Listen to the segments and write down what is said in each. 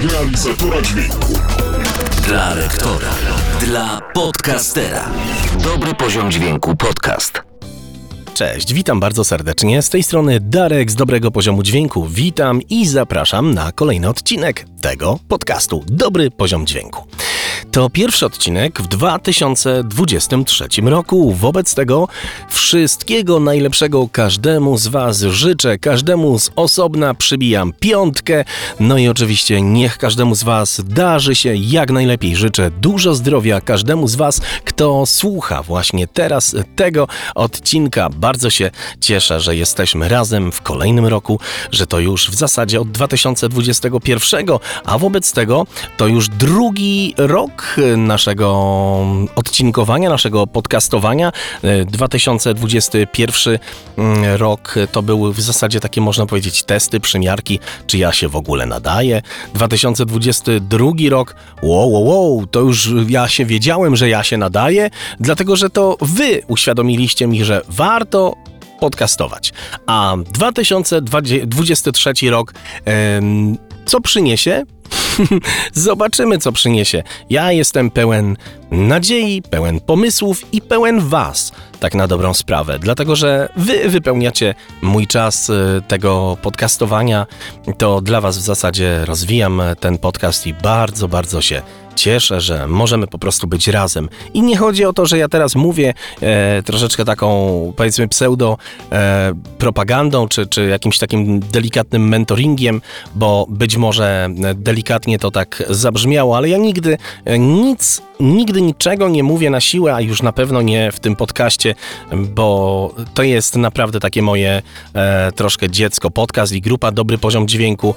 realizatora dźwięku. Dla lektora. Dla podcastera. Dobry poziom dźwięku podcast. Cześć, witam bardzo serdecznie. Z tej strony Darek z Dobrego Poziomu Dźwięku. Witam i zapraszam na kolejny odcinek tego podcastu Dobry Poziom Dźwięku. To pierwszy odcinek w 2023 roku. Wobec tego wszystkiego najlepszego każdemu z Was życzę. Każdemu z osobna przybijam piątkę. No i oczywiście niech każdemu z Was darzy się jak najlepiej. Życzę dużo zdrowia każdemu z Was, kto słucha właśnie teraz tego odcinka. Bardzo się cieszę, że jesteśmy razem w kolejnym roku, że to już w zasadzie od 2021, a wobec tego to już drugi rok naszego odcinkowania, naszego podcastowania. 2021 rok to były w zasadzie takie, można powiedzieć, testy, przymiarki, czy ja się w ogóle nadaję. 2022 rok, to już ja się wiedziałem, że ja się nadaję, dlatego że to wy uświadomiliście mi, że warto podcastować. A 2023 rok co przyniesie? Zobaczymy, co przyniesie. Ja jestem pełen nadziei, pełen pomysłów i pełen Was, tak na dobrą sprawę. Dlatego, że Wy wypełniacie mój czas tego podcastowania. To dla Was w zasadzie rozwijam ten podcast i bardzo, bardzo się cieszę, że możemy po prostu być razem. I nie chodzi o to, że ja teraz mówię troszeczkę taką, powiedzmy, pseudo propagandą, czy jakimś takim delikatnym mentoringiem, bo być może delikatnie to tak zabrzmiało, ale ja nigdy niczego nie mówię na siłę, a już na pewno nie w tym podcaście, bo to jest naprawdę takie moje troszkę dziecko. Podcast i grupa Dobry Poziom Dźwięku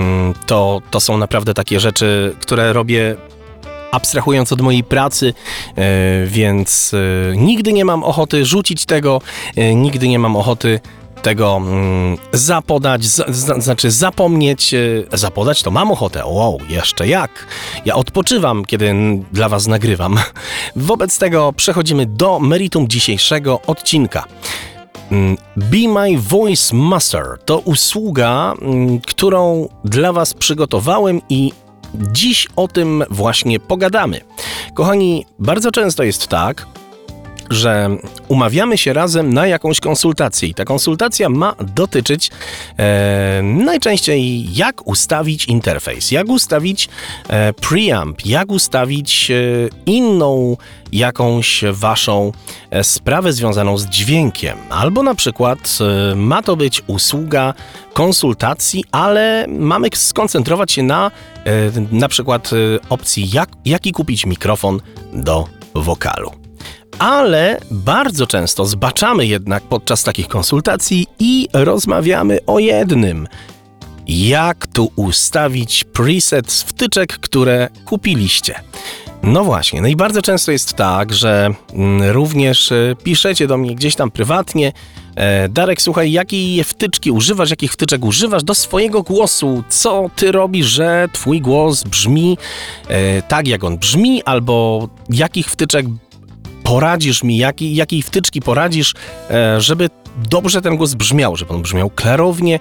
to są naprawdę takie rzeczy, które robię abstrahując od mojej pracy, więc nigdy nie mam ochoty rzucić tego, nigdy nie mam ochoty tego zapodać, zapomnieć. Zapodać to mam ochotę. Jeszcze jak? Ja odpoczywam, kiedy dla Was nagrywam. Wobec tego przechodzimy do meritum dzisiejszego odcinka. Be My Voice Master to usługa, którą dla Was przygotowałem i dziś o tym właśnie pogadamy. Kochani, bardzo często jest tak, że umawiamy się razem na jakąś konsultację i ta konsultacja ma dotyczyć najczęściej jak ustawić interfejs, jak ustawić preamp, jak ustawić inną jakąś Waszą sprawę związaną z dźwiękiem. Albo na przykład ma to być usługa konsultacji, ale mamy skoncentrować się na przykład opcji jaki kupić mikrofon do wokalu. Ale bardzo często zbaczamy jednak podczas takich konsultacji i rozmawiamy o jednym. Jak tu ustawić preset z wtyczek, które kupiliście? No właśnie, no i bardzo często jest tak, że również piszecie do mnie gdzieś tam prywatnie: Darek, słuchaj, jakich wtyczek używasz do swojego głosu? Co ty robisz, że twój głos brzmi tak, jak on brzmi? Albo jakich wtyczek poradzisz mi, jakiej wtyczki poradzisz, żeby dobrze ten głos brzmiał, żeby on brzmiał klarownie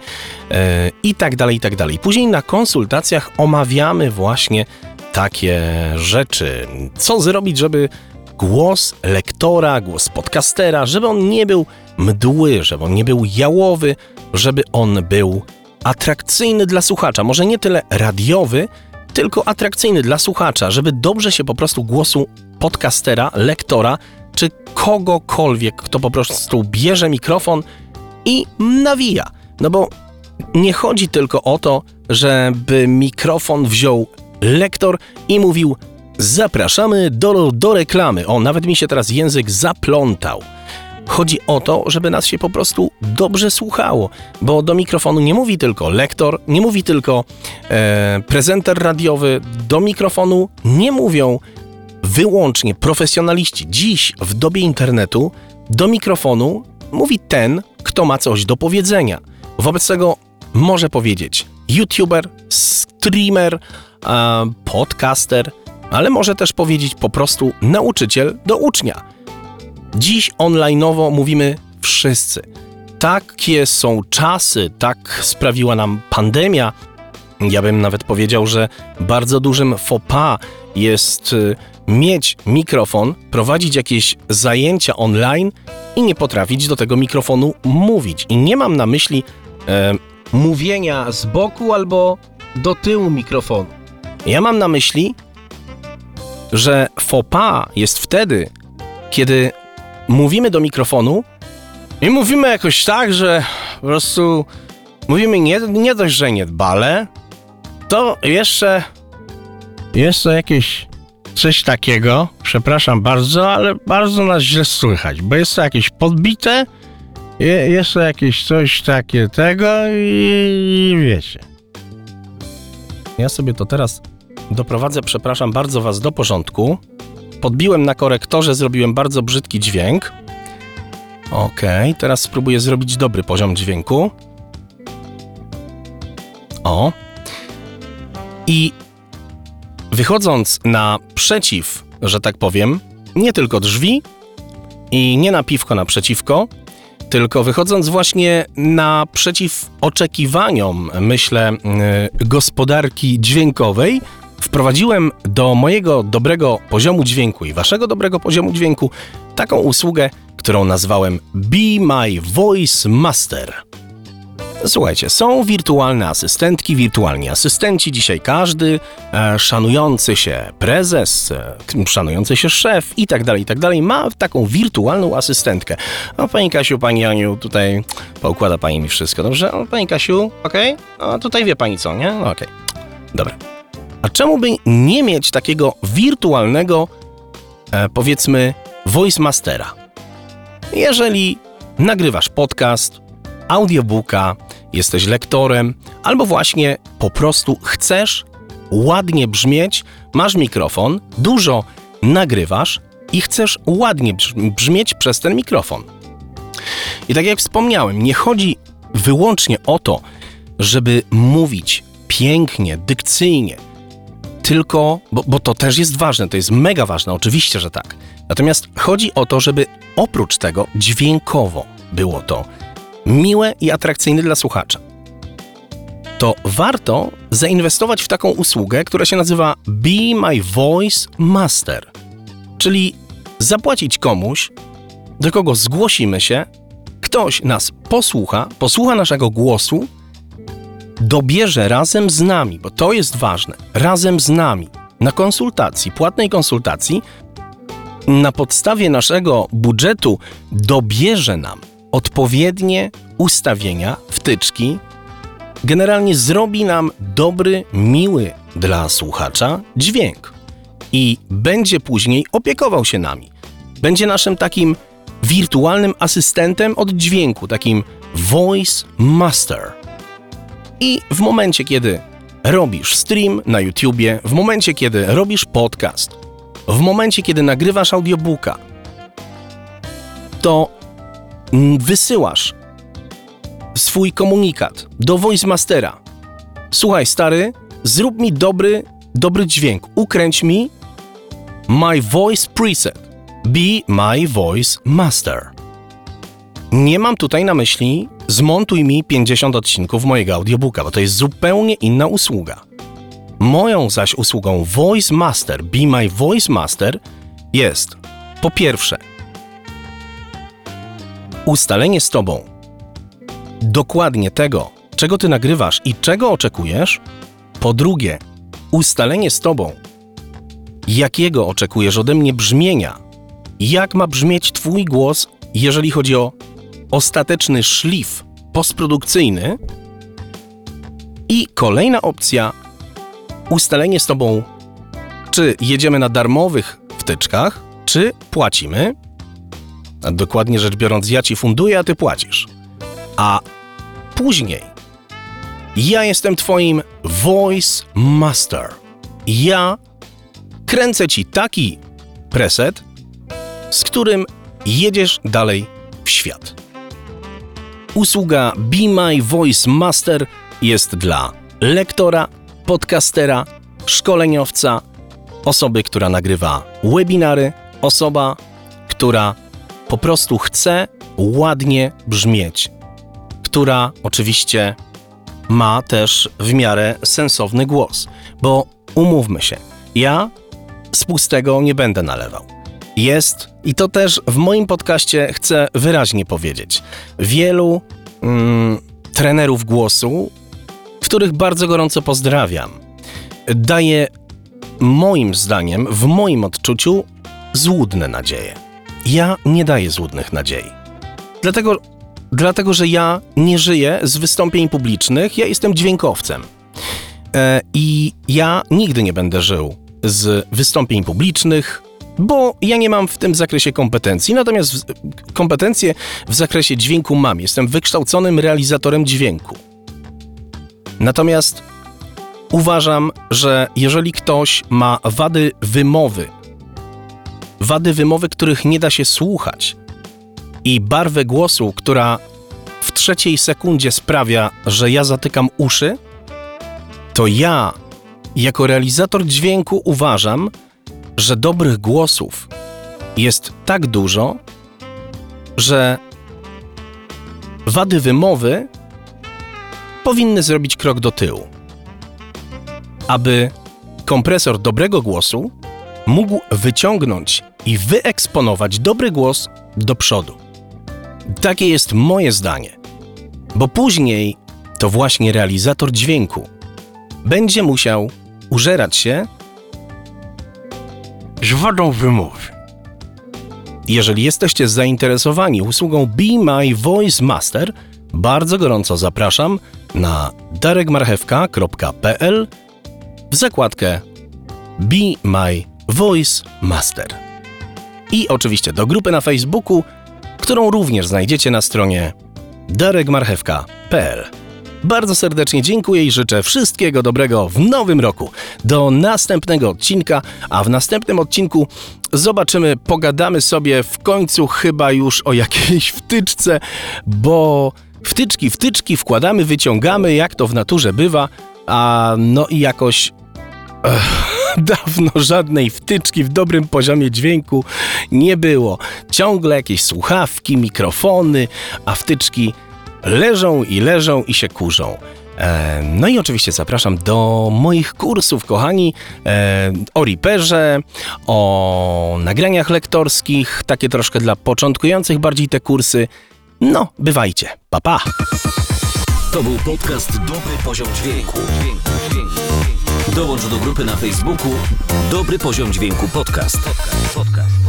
i tak dalej, i tak dalej. Później na konsultacjach omawiamy właśnie takie rzeczy. Co zrobić, żeby głos lektora, głos podcastera, żeby on nie był mdły, żeby on nie był jałowy, żeby on był atrakcyjny dla słuchacza. Może nie tyle radiowy, tylko atrakcyjny dla słuchacza, żeby dobrze się po prostu głosu podcastera, lektora, czy kogokolwiek, kto po prostu bierze mikrofon i nawija. No bo nie chodzi tylko o to, żeby mikrofon wziął lektor i mówił: zapraszamy do reklamy. Nawet mi się teraz język zaplątał. Chodzi o to, żeby nas się po prostu dobrze słuchało, bo do mikrofonu nie mówi tylko lektor, nie mówi tylko prezenter radiowy, do mikrofonu nie mówią wyłącznie profesjonaliści. Dziś, w dobie internetu, do mikrofonu mówi ten, kto ma coś do powiedzenia. Wobec tego może powiedzieć youtuber, streamer, podcaster, ale może też powiedzieć po prostu nauczyciel do ucznia. Dziś online'owo mówimy wszyscy. Takie są czasy, tak sprawiła nam pandemia, Ja bym nawet powiedział, że bardzo dużym faux pas jest mieć mikrofon, prowadzić jakieś zajęcia online i nie potrafić do tego mikrofonu mówić. I nie mam na myśli mówienia z boku albo do tyłu mikrofonu. Ja mam na myśli, że faux pas jest wtedy, kiedy mówimy do mikrofonu i mówimy jakoś tak, że po prostu mówimy nie dość, że niedbale, to jeszcze jakieś coś takiego, przepraszam bardzo, ale bardzo nas źle słychać, bo jest to jakieś podbite, jest to jakieś coś takiego i wiecie. Ja sobie to teraz doprowadzę, przepraszam bardzo was, do porządku. Podbiłem na korektorze, zrobiłem bardzo brzydki dźwięk. Okej, teraz spróbuję zrobić dobry poziom dźwięku. O. I wychodząc naprzeciw, że tak powiem, nie tylko drzwi i nie na piwko naprzeciwko, tylko wychodząc właśnie naprzeciw oczekiwaniom, myślę, gospodarki dźwiękowej, wprowadziłem do mojego dobrego poziomu dźwięku i waszego dobrego poziomu dźwięku taką usługę, którą nazwałem Be My Voice Master. Słuchajcie, są wirtualne asystentki, wirtualni asystenci. Dzisiaj każdy szanujący się prezes, szanujący się szef i tak dalej, ma taką wirtualną asystentkę. O, pani Kasiu, pani Aniu, tutaj poukłada pani mi wszystko, dobrze? O, pani Kasiu, okej? O, tutaj wie pani co, nie? Okej. Dobra. A czemu by nie mieć takiego wirtualnego, powiedzmy, voice mastera? Jeżeli nagrywasz podcast, audiobooka, jesteś lektorem, albo właśnie po prostu chcesz ładnie brzmieć, masz mikrofon, dużo nagrywasz i chcesz ładnie brzmieć przez ten mikrofon. I tak jak wspomniałem, nie chodzi wyłącznie o to, żeby mówić pięknie, dykcyjnie, tylko, bo to też jest ważne, to jest mega ważne, oczywiście, że tak. Natomiast chodzi o to, żeby oprócz tego dźwiękowo było to miłe i atrakcyjne dla słuchacza. To warto zainwestować w taką usługę, która się nazywa Be My Voice Master. Czyli zapłacić komuś, do kogo zgłosimy się, ktoś nas posłucha naszego głosu, dobierze razem z nami, bo to jest ważne, razem z nami, na konsultacji, płatnej konsultacji, na podstawie naszego budżetu dobierze nam odpowiednie ustawienia, wtyczki, generalnie zrobi nam dobry, miły dla słuchacza dźwięk i będzie później opiekował się nami. Będzie naszym takim wirtualnym asystentem od dźwięku, takim voice master. I w momencie, kiedy robisz stream na YouTubie, w momencie, kiedy robisz podcast, w momencie, kiedy nagrywasz audiobooka, to wysyłasz swój komunikat do voice mastera. Słuchaj, stary, zrób mi dobry dźwięk. Ukręć mi my voice preset. Be my voice master. Nie mam tutaj na myśli zmontuj mi 50 odcinków mojego audiobooka, bo to jest zupełnie inna usługa. Moją zaś usługą Voice Master, Be My Voice Master jest po pierwsze ustalenie z tobą dokładnie tego, czego ty nagrywasz i czego oczekujesz. Po drugie, ustalenie z tobą, jakiego oczekujesz ode mnie brzmienia, jak ma brzmieć twój głos, jeżeli chodzi o ostateczny szlif postprodukcyjny. I kolejna opcja, ustalenie z tobą, czy jedziemy na darmowych wtyczkach, czy płacimy. A dokładnie rzecz biorąc, ja ci funduję, a ty płacisz. A później ja jestem twoim voice master. Ja kręcę ci taki preset, z którym jedziesz dalej w świat. Usługa Be My Voice Master jest dla lektora, podcastera, szkoleniowca, osoby, która nagrywa webinary, osoba, która po prostu chce ładnie brzmieć, która oczywiście ma też w miarę sensowny głos. Bo umówmy się, ja z pustego nie będę nalewał. Jest, i to też w moim podcaście chcę wyraźnie powiedzieć, wielu trenerów głosu, których bardzo gorąco pozdrawiam, daje moim zdaniem, w moim odczuciu, złudne nadzieje. Ja nie daję złudnych nadziei. Dlatego, że ja nie żyję z wystąpień publicznych, ja jestem dźwiękowcem. I ja nigdy nie będę żył z wystąpień publicznych, bo ja nie mam w tym zakresie kompetencji. Natomiast kompetencje w zakresie dźwięku mam. Jestem wykształconym realizatorem dźwięku. Natomiast uważam, że jeżeli ktoś ma wady wymowy, których nie da się słuchać, i barwę głosu, która w 3 sekundzie sprawia, że ja zatykam uszy, to ja, jako realizator dźwięku, uważam, że dobrych głosów jest tak dużo, że wady wymowy powinny zrobić krok do tyłu, aby kompresor dobrego głosu mógł wyciągnąć i wyeksponować dobry głos do przodu. Takie jest moje zdanie, bo później to właśnie realizator dźwięku będzie musiał użerać się z wadą wymowy. Jeżeli jesteście zainteresowani usługą Be My Voice Master, bardzo gorąco zapraszam na darekmarchewka.pl w zakładkę Be My Voice Master. I oczywiście do grupy na Facebooku, którą również znajdziecie na stronie darekmarchewka.pl. Bardzo serdecznie dziękuję i życzę wszystkiego dobrego w nowym roku. Do następnego odcinka, a w następnym odcinku pogadamy sobie w końcu chyba już o jakiejś wtyczce, bo wtyczki wkładamy, wyciągamy, jak to w naturze bywa, a no i jakoś dawno żadnej wtyczki w dobrym poziomie dźwięku nie było. Ciągle jakieś słuchawki, mikrofony, a wtyczki leżą i się kurzą. No i oczywiście zapraszam do moich kursów, kochani, o Reaperze, o nagraniach lektorskich, takie troszkę dla początkujących bardziej te kursy. No, bywajcie. Pa, pa! To był podcast Dobry Poziom Dźwięku. Dołącz do grupy na Facebooku Dobry Poziom Dźwięku Podcast.